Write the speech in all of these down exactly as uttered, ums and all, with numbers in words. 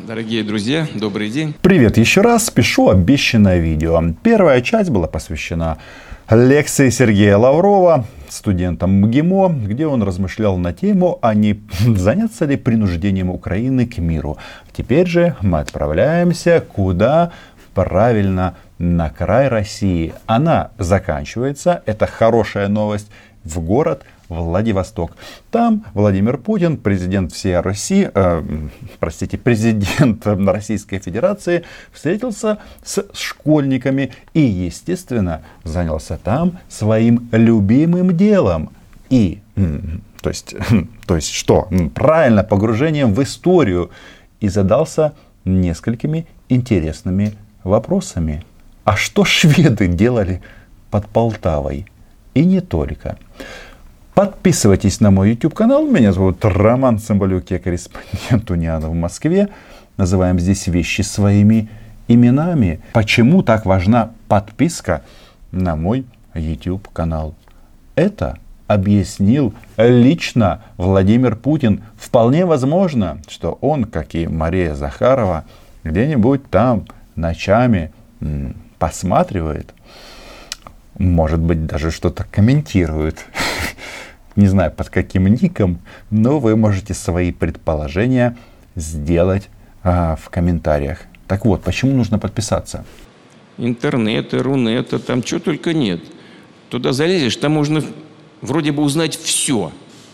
Дорогие друзья, добрый день. Привет еще раз. Спешу обещанное видео. Первая часть была посвящена лекции Сергея Лаврова, студента МГИМО, где он размышлял на тему, а не заняться ли принуждением Украины к миру. Теперь же мы отправляемся куда? Правильно, на край России. Она заканчивается, это хорошая новость, в город Владивосток. Там Владимир Путин, президент всей России, э, простите, президент Российской Федерации, встретился с школьниками и, естественно, занялся там своим любимым делом. И, то есть, то есть что? Правильно, погружением в историю. И задался несколькими интересными вопросами. А что шведы делали под Полтавой? И не только. Подписывайтесь на мой YouTube канал. Меня зовут Роман Цымбалюк, я корреспондент Униана в Москве. Называем здесь вещи своими именами. Почему так важна подписка на мой YouTube канал? Это объяснил лично Владимир Путин. Вполне возможно, что он, как и Мария Захарова, где-нибудь там ночами м, посматривает. Может быть, даже что-то комментирует. Не знаю, под каким ником, но вы можете свои предположения сделать а, в комментариях. Так вот, почему нужно подписаться? Интернета, рунета, там чего только нет. Туда залезешь, там можно вроде бы узнать все.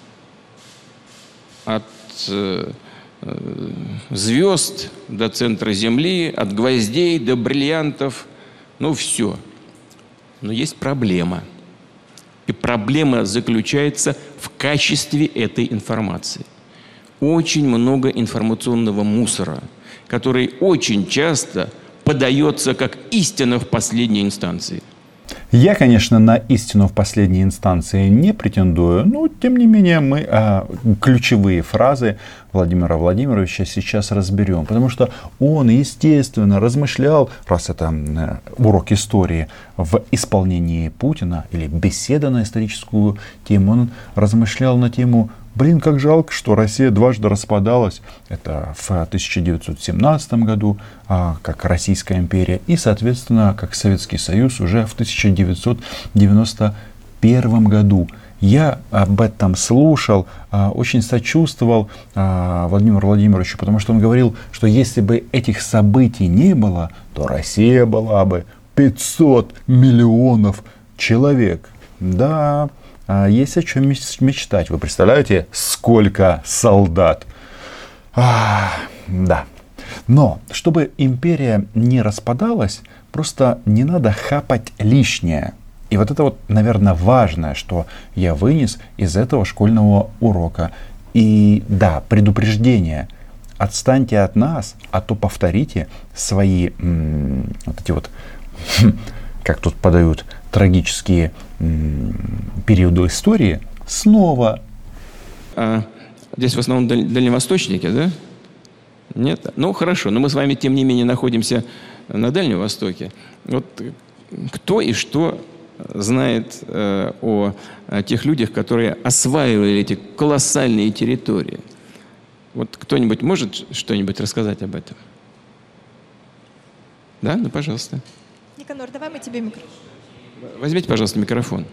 От э, э, звезд до центра Земли, от гвоздей до бриллиантов. Ну, все. Но есть проблема. И проблема заключается в качестве этой информации. Очень много информационного мусора, который очень часто подается как истина в последней инстанции. Я, конечно, на истину в последней инстанции не претендую, но, тем не менее, мы а, ключевые фразы Владимира Владимировича сейчас разберем. Потому что он, естественно, размышлял, раз это э, урок истории, в исполнении Путина или беседа на историческую тему, он размышлял на тему: блин, как жалко, что Россия дважды распадалась. Это в тысяча девятьсот семнадцатом году, а, как Российская империя, и, соответственно, как Советский Союз уже в тысяча девятьсот девяносто первом году. Я об этом слушал, а, очень сочувствовал а, Владимиру Владимировичу, потому что он говорил, что если бы этих событий не было, то Россия была бы пятьсот миллионов человек. Да, есть о чем мечтать. Вы представляете, сколько солдат? А, да. Но, чтобы империя не распадалась, просто не надо хапать лишнее. И вот это вот, наверное, важное, что я вынес из этого школьного урока. И да, предупреждение. Отстаньте от нас, а то повторите свои м- вот эти вот, как тут подают, трагические м- периоды истории снова. А здесь в основном даль- дальневосточники, да? Нет? Ну, хорошо, но мы с вами, тем не менее, находимся на Дальнем Востоке. Вот кто и что знает э, о, о тех людях, которые осваивали эти колоссальные территории? Вот кто-нибудь может что-нибудь рассказать об этом? Да? Ну, пожалуйста. Никанор, давай мы тебе микрофон. Возьмите, пожалуйста, микрофон.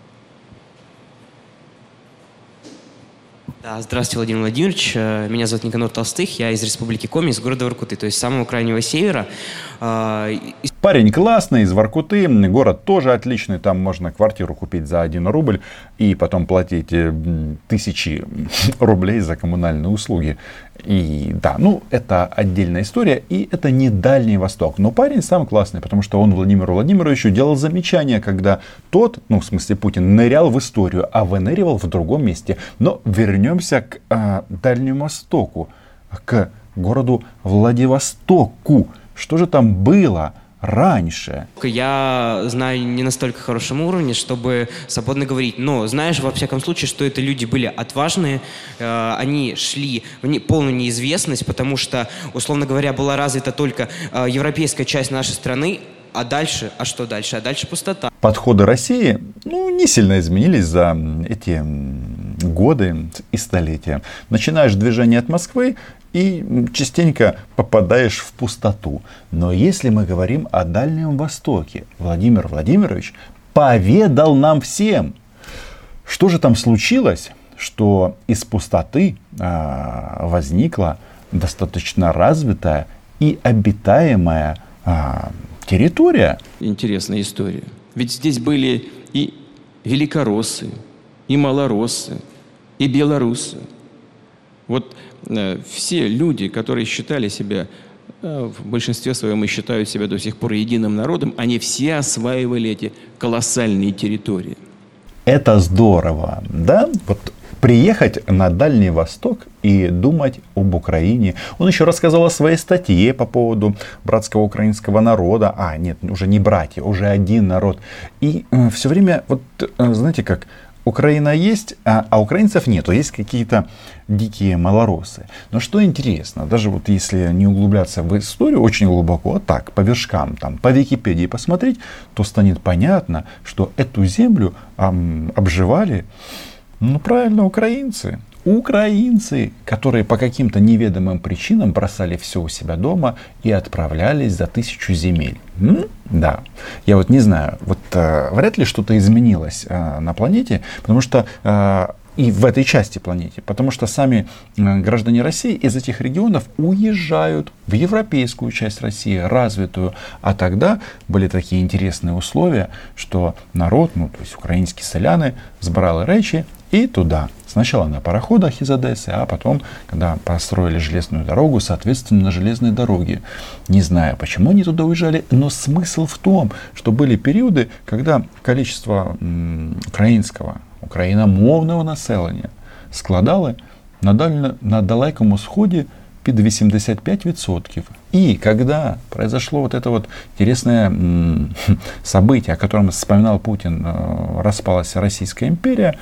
Да, здравствуйте, Владимир Владимирович. Меня зовут Никанор Толстых, я из Республики Коми, из города Воркуты, то есть самого крайнего севера. Парень классный, из Воркуты, город тоже отличный, там можно квартиру купить за один рубль и потом платить тысячи рублей за коммунальные услуги. И да, ну это отдельная история, и это не Дальний Восток. Но парень сам классный, потому что он Владимиру Владимировичу делал замечания, когда тот, ну в смысле Путин, нырял в историю, а выныривал в другом месте. Но вернемся к э, Дальнему Востоку, к городу Владивостоку. Что же там было раньше? Я знаю не настолько хорошем уровне, чтобы свободно говорить, но знаешь, во всяком случае, что это люди были отважные, э, они шли в не, полную неизвестность, потому что, условно говоря, была развита только э, европейская часть нашей страны, а дальше, а что дальше? А дальше пустота. Подходы России, ну, не сильно изменились за эти годы и столетия. Начинаешь движение от Москвы и частенько попадаешь в пустоту. Но если мы говорим о Дальнем Востоке, Владимир Владимирович поведал нам всем, что же там случилось, что из пустоты а, возникла достаточно развитая и обитаемая а, территория. Интересная история. Ведь здесь были и великороссы, и малороссы, и белорусы. Вот э, все люди, которые считали себя, э, в большинстве своем и считают себя до сих пор единым народом, они все осваивали эти колоссальные территории. Это здорово, да? Вот приехать на Дальний Восток и думать об Украине. Он еще рассказал о своей статье по поводу братского украинского народа. А, нет, уже не братья, уже один народ. И э, все время, вот э, знаете как, Украина есть, а, а украинцев нету. Есть какие-то дикие малороссы. Но что интересно, даже вот если не углубляться в историю очень глубоко, а так, по вершкам, там, по Википедии посмотреть, то станет понятно, что эту землю ам, обживали, ну правильно, украинцы. Украинцы, которые по каким-то неведомым причинам бросали все у себя дома и отправлялись за тысячу земель. М? Да, я вот не знаю, вот э, вряд ли что-то изменилось э, на планете, потому что э, и в этой части планеты, потому что сами э, граждане России из этих регионов уезжают в европейскую часть России, развитую, а тогда были такие интересные условия, что народ, ну то есть українські селяни, збирали речі и туда. Сначала на пароходах из Одессы, а потом, когда построили железную дорогу, соответственно, на железной дороге. Не знаю, почему они туда уезжали, но смысл в том, что были периоды, когда количество м, українського, україномовного населення складали на, дально, на Далекому Сході під вісімдесят п'ять відсотків. И когда произошло вот это вот интересное м, событие, о котором вспоминал Путин, э, распалась Российская империя,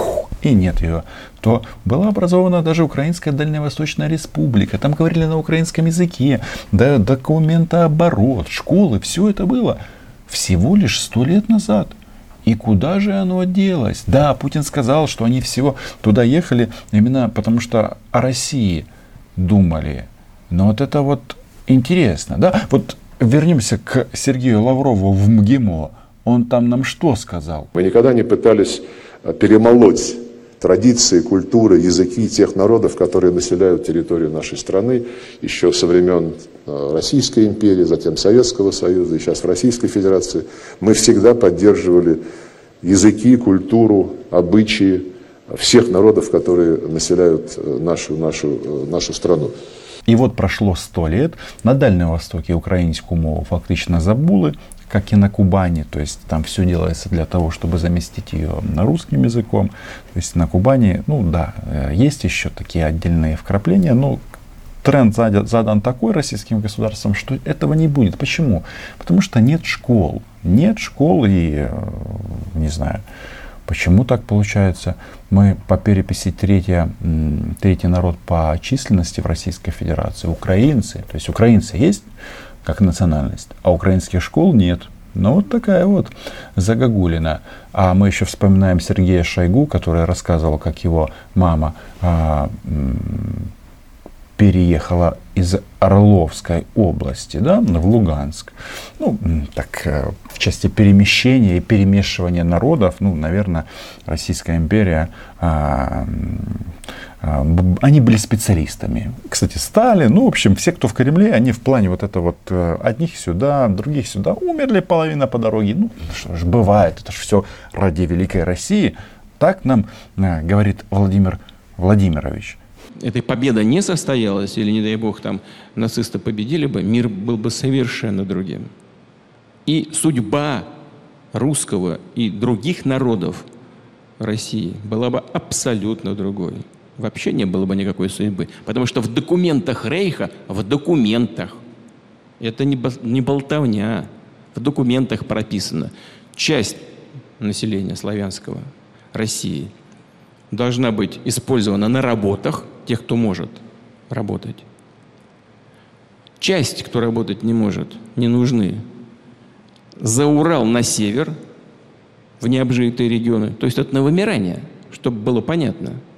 и нет ее, то была образована даже Украинская Дальневосточная Республика. Там говорили на украинском языке, да, документооборот, школы, все это было всего лишь сто лет назад. И куда же оно делось? Да, Путин сказал, что они все туда ехали именно потому, что о России думали. Но вот это вот интересно, да? Вот вернемся к Сергею Лаврову в МГИМО. Он там нам что сказал? Мы никогда не пытались перемолоть традиции, культуры, языки тех народов, которые населяют территорию нашей страны еще со времен Российской империи, затем Советского Союза и сейчас в Российской Федерации. Мы всегда поддерживали языки, культуру, обычаи всех народов, которые населяют нашу, нашу, нашу страну. И вот прошло сто лет, на Дальнем Востоке українську мову фактично забули, как и на Кубани, то есть там все делается для того, чтобы заместить ее русским языком. То есть на Кубани, ну да, есть еще такие отдельные вкрапления, но тренд задан такой российским государством, что этого не будет. Почему? Потому что нет школ, нет школ и, не знаю, почему так получается. Мы по переписи третья, третий народ по численности в Российской Федерации, украинцы, то есть украинцы есть как национальность, а украинских школ нет. Ну вот такая вот загогулина. А мы еще вспоминаем Сергея Шойгу, который рассказывал, как его мама а, м, переехала из Орловской области, да, в Луганск. Ну, так, в части перемещения и перемешивания народов, ну, наверное, Российская империя, а, а, они были специалистами. Кстати, Сталин, ну, в общем, все, кто в Кремле, они в плане вот это вот одних сюда, других сюда, умерли половина по дороге. Ну, что ж, бывает, это же все ради великой России. Так нам а, говорит Владимир Владимирович. Эта победа не состоялась, или, не дай бог, там нацисты победили бы, мир был бы совершенно другим. И судьба русского и других народов России была бы абсолютно другой. Вообще не было бы никакой судьбы. Потому что в документах Рейха, в документах, это не болтовня, в документах прописано, часть населения славянского России должна быть использована на работах, тех, кто может работать. Часть, кто работать не может, не нужны. За Урал на север, в необжитые регионы. То есть это на вымирание, чтобы было понятно.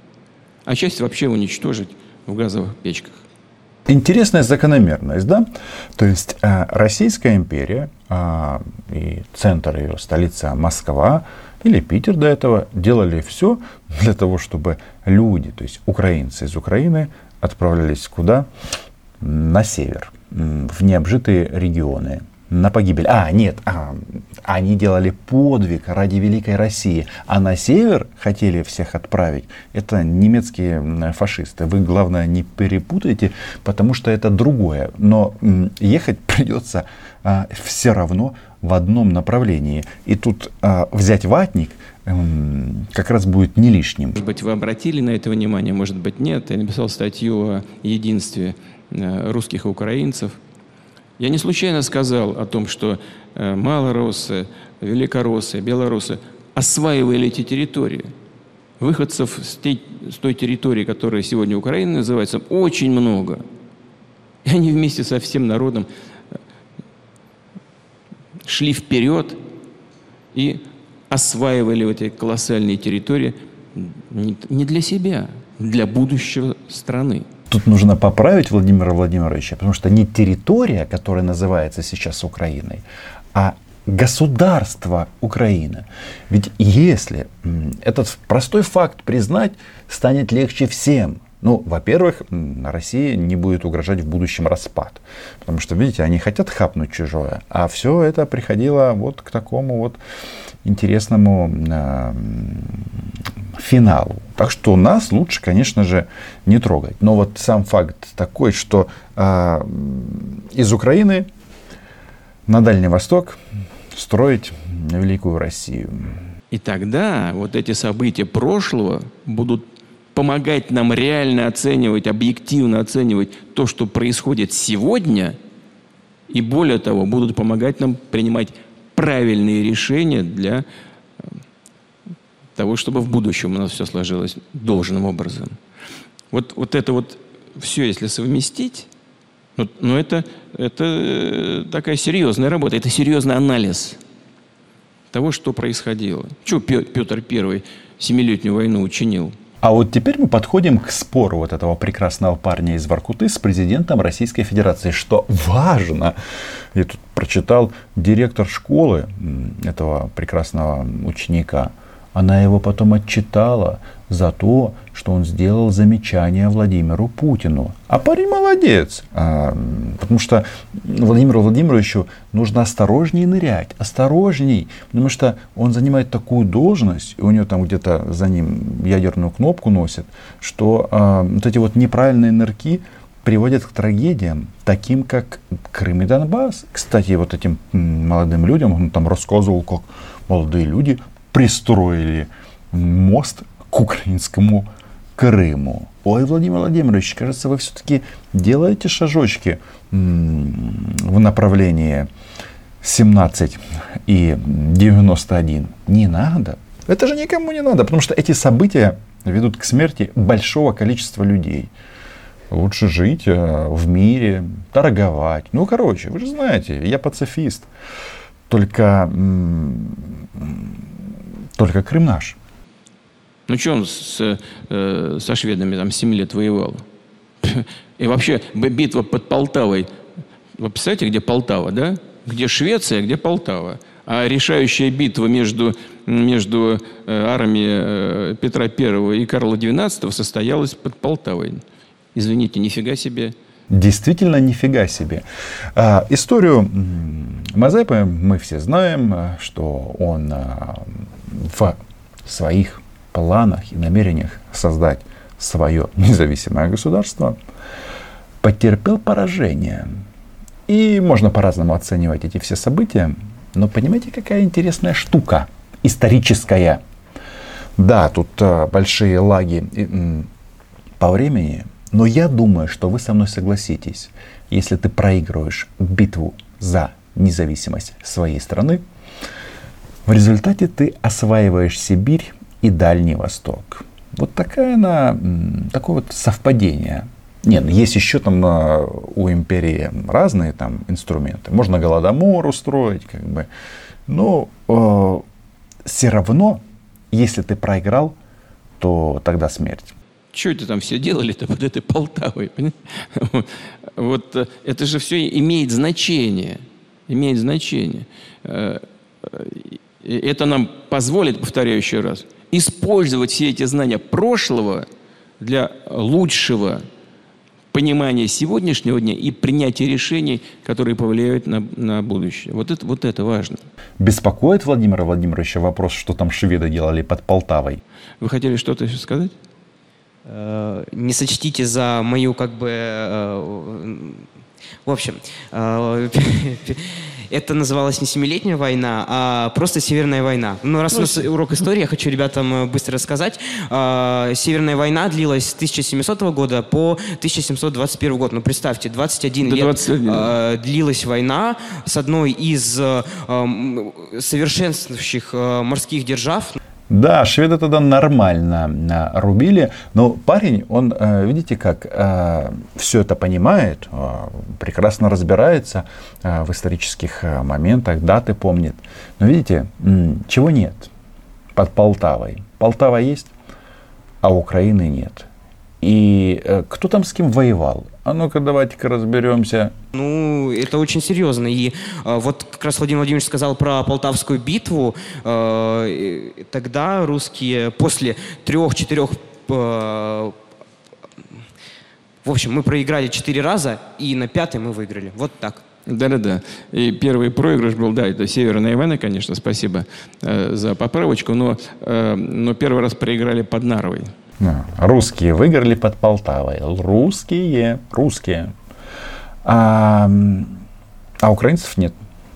а часть вообще уничтожить в газовых печках. Интересная закономерность, да? То есть э, Российская империя э, и центр ее, столица Москва или Питер до этого делали все для того, чтобы люди, то есть украинцы из Украины, отправлялись куда? На север, в необжитые регионы, на погибель. А, нет, а, они делали подвиг ради великой России, а на север хотели всех отправить. Это немецкие фашисты. Вы, главное, не перепутайте, потому что это другое. Но м, ехать придется а, все равно в одном направлении. И тут а, взять ватник м, как раз будет не лишним. Может быть, вы обратили на это внимание, может быть, нет. Я написал статью о единстве э, русских и украинцев. Я не случайно сказал о том, что э, малороссы, великороссы, белорусы осваивали эти территории. Выходцев с, те, с той территории, которая сегодня Украина называется, очень много. И они вместе со всем народом шли вперед и осваивали эти колоссальные территории не, не для себя, для будущего страны. Тут нужно поправить Владимира Владимировича, потому что не территория, которая называется сейчас Украиной, а государство Украина. Ведь если этот простой факт признать, станет легче всем. Ну, во-первых, России не будет угрожать в будущем распад. Потому что, видите, они хотят хапнуть чужое. А все это приходило вот к такому вот интересному э, финалу. Так что нас лучше, конечно же, не трогать. Но вот сам факт такой, что э, из Украины на Дальний Восток строить великую Россию. И тогда вот эти события прошлого будут помогать нам реально оценивать, объективно оценивать то, что происходит сегодня, и более того, будут помогать нам принимать правильные решения для того, чтобы в будущем у нас все сложилось должным образом. Вот, вот это вот все, если совместить, ну, ну это, это такая серьезная работа, это серьезный анализ того, что происходило. Чего Петр Первый семилетнюю войну учинил? А вот теперь мы подходим к спору вот этого прекрасного парня из Воркуты с президентом Российской Федерации. Что важно, я тут прочитал, директор школы этого прекрасного ученика, она его потом отчитала за то, что он сделал замечание Владимиру Путину. А парень молодец, а, потому что Владимиру Владимировичу нужно осторожнее нырять, осторожней, потому что он занимает такую должность, и у него там где-то за ним ядерную кнопку носит, что а, вот эти вот неправильные нырки приводят к трагедиям, таким как Крым и Донбасс. Кстати, вот этим молодым людям, он там рассказывал, как молодые люди пристроили мост к украинскому Крыму. Ой, Владимир Владимирович, кажется, вы все-таки делаете шажочки в направлении семнадцать и девяносто один. Не надо. Это же никому не надо, потому что эти события ведут к смерти большого количества людей. Лучше жить в мире, торговать. Ну, короче, вы же знаете, я пацифист. Только, только Крым наш. Ну, что он с, э, со шведами там семь лет воевал? И вообще, битва под Полтавой. Вы представляете, где Полтава, да? Где Швеция, где Полтава. А решающая битва между, между э, армией э, Петра Первого и Карла Двенадцатого состоялась под Полтавой. Извините, нифига себе. Действительно, нифига себе. А, историю Мазепы мы все знаем, что он а, в своих планах и намерениях создать свое независимое государство потерпел поражение. И можно по-разному оценивать эти все события, но понимаете, какая интересная штука историческая. Да, тут а, большие лаги и, по времени. Но я думаю, что вы со мной согласитесь, если ты проигрываешь битву за независимость своей страны, в результате ты осваиваешь Сибирь и Дальний Восток. Вот такая она, такое вот совпадение. Нет, есть еще там у империи разные там инструменты. Можно голодомор устроить, как бы. Но э, все равно, если ты проиграл, то тогда смерть. что это там все делали-то под этой Полтавой? Вот это же все имеет значение. Имеет значение. Это нам позволит, повторяю еще раз, использовать все эти знания прошлого для лучшего понимания сегодняшнего дня и принятия решений, которые повлияют на, на будущее. Вот это, вот это важно. Беспокоит Владимира Владимировича вопрос, что там шведы делали под Полтавой? Вы хотели что-то еще сказать? Не сочтите за мою, как бы... В общем, это называлось не семилетняя война, а просто Северная война. Ну, раз у нас урок истории, я хочу ребятам быстро рассказать. Северная война длилась с тысяча семисотого года по тысяча семьсот двадцать первый год. Ну, представьте, двадцать один лет двадцать один. Длилась война с одной из совершенствующих морских держав. Да, шведы тогда нормально рубили, но парень, он, видите как, все это понимает, прекрасно разбирается в исторических моментах, даты помнит. Но видите, чего нет под Полтавой? Полтава есть, а Украины нет. И кто там с кем воевал? А ну-ка давайте-ка разберемся. Ну, это очень серьезно. И э, вот как раз Владимир Владимирович сказал про Полтавскую битву. Э, тогда русские после трех-четырех... Э, в общем, мы проиграли четыре раза, и на пятый мы выиграли. Вот так. Да-да-да. И первый проигрыш был, да, это Северная война, конечно, спасибо э, за поправочку, но, э, но первый раз проиграли под Нарвой. Русские выиграли под Полтавой. Русские, русские. А, а украинцев нет.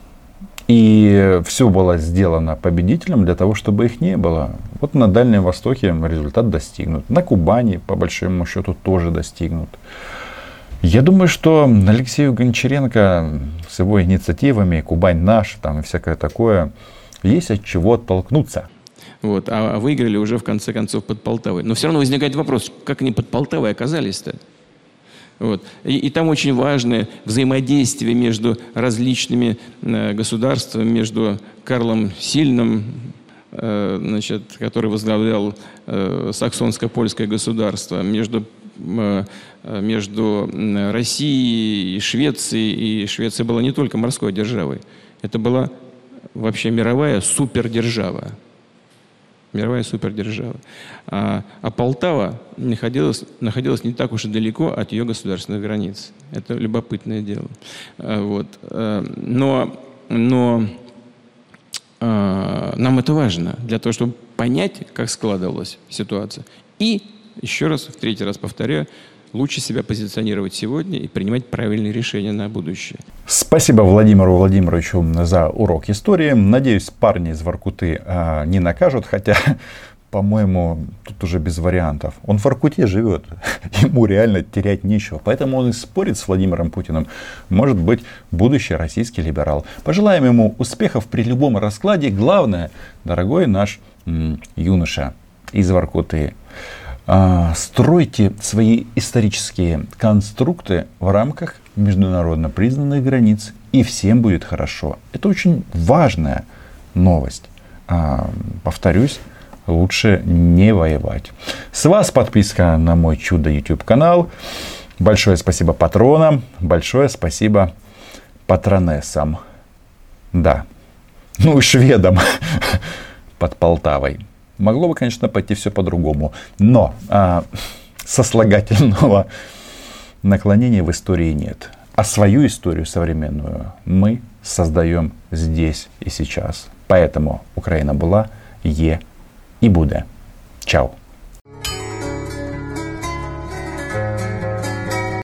И все было сделано победителем для того, чтобы их не было. Вот на Дальнем Востоке результат достигнут. На Кубани, по большому счету, тоже достигнут. Я думаю, что Алексею Гончаренко с его инициативами «Кубань наша» там, и всякое такое, есть от чего оттолкнуться. Вот, а выиграли уже в конце концов под Полтавой. Но все равно возникает вопрос, как они под Полтавой оказались-то? Вот. И, и там очень важное взаимодействие между различными э, государствами, между Карлом Сильным, э, значит, который возглавлял э, саксонско-польское государство, между, э, между Россией и Швецией. И Швеция была не только морской державой, это была вообще мировая супердержава. Мировая супердержава. А, а Полтава находилась, находилась не так уж и далеко от ее государственных границ. Это любопытное дело. А, вот. а, но но а, нам это важно для того, чтобы понять, как складывалась ситуация. И, еще раз, в третий раз повторяю, лучше себя позиционировать сегодня и принимать правильные решения на будущее. Спасибо Владимиру Владимировичу за урок истории. Надеюсь, парни из Воркуты э, не накажут, хотя, по-моему, тут уже без вариантов. Он в Воркуте живет, ему реально терять нечего. Поэтому он и спорит с Владимиром Путиным. Может быть, будущий российский либерал. Пожелаем ему успехов при любом раскладе. Главное, дорогой наш м, юноша из Воркуты, стройте свои исторические конструкты в рамках международно признанных границ, и всем будет хорошо. Это очень важная новость. Повторюсь, лучше не воевать. С вас подписка на мой чудо YouTube канал. Большое спасибо патронам, большое спасибо патронессам. Да, ну и шведам под Полтавой. Могло бы, конечно, пойти все по-другому. Но а, сослагательного наклонения в истории нет. А свою историю современную мы создаем здесь и сейчас. Поэтому Украина была, є і буде. Чао.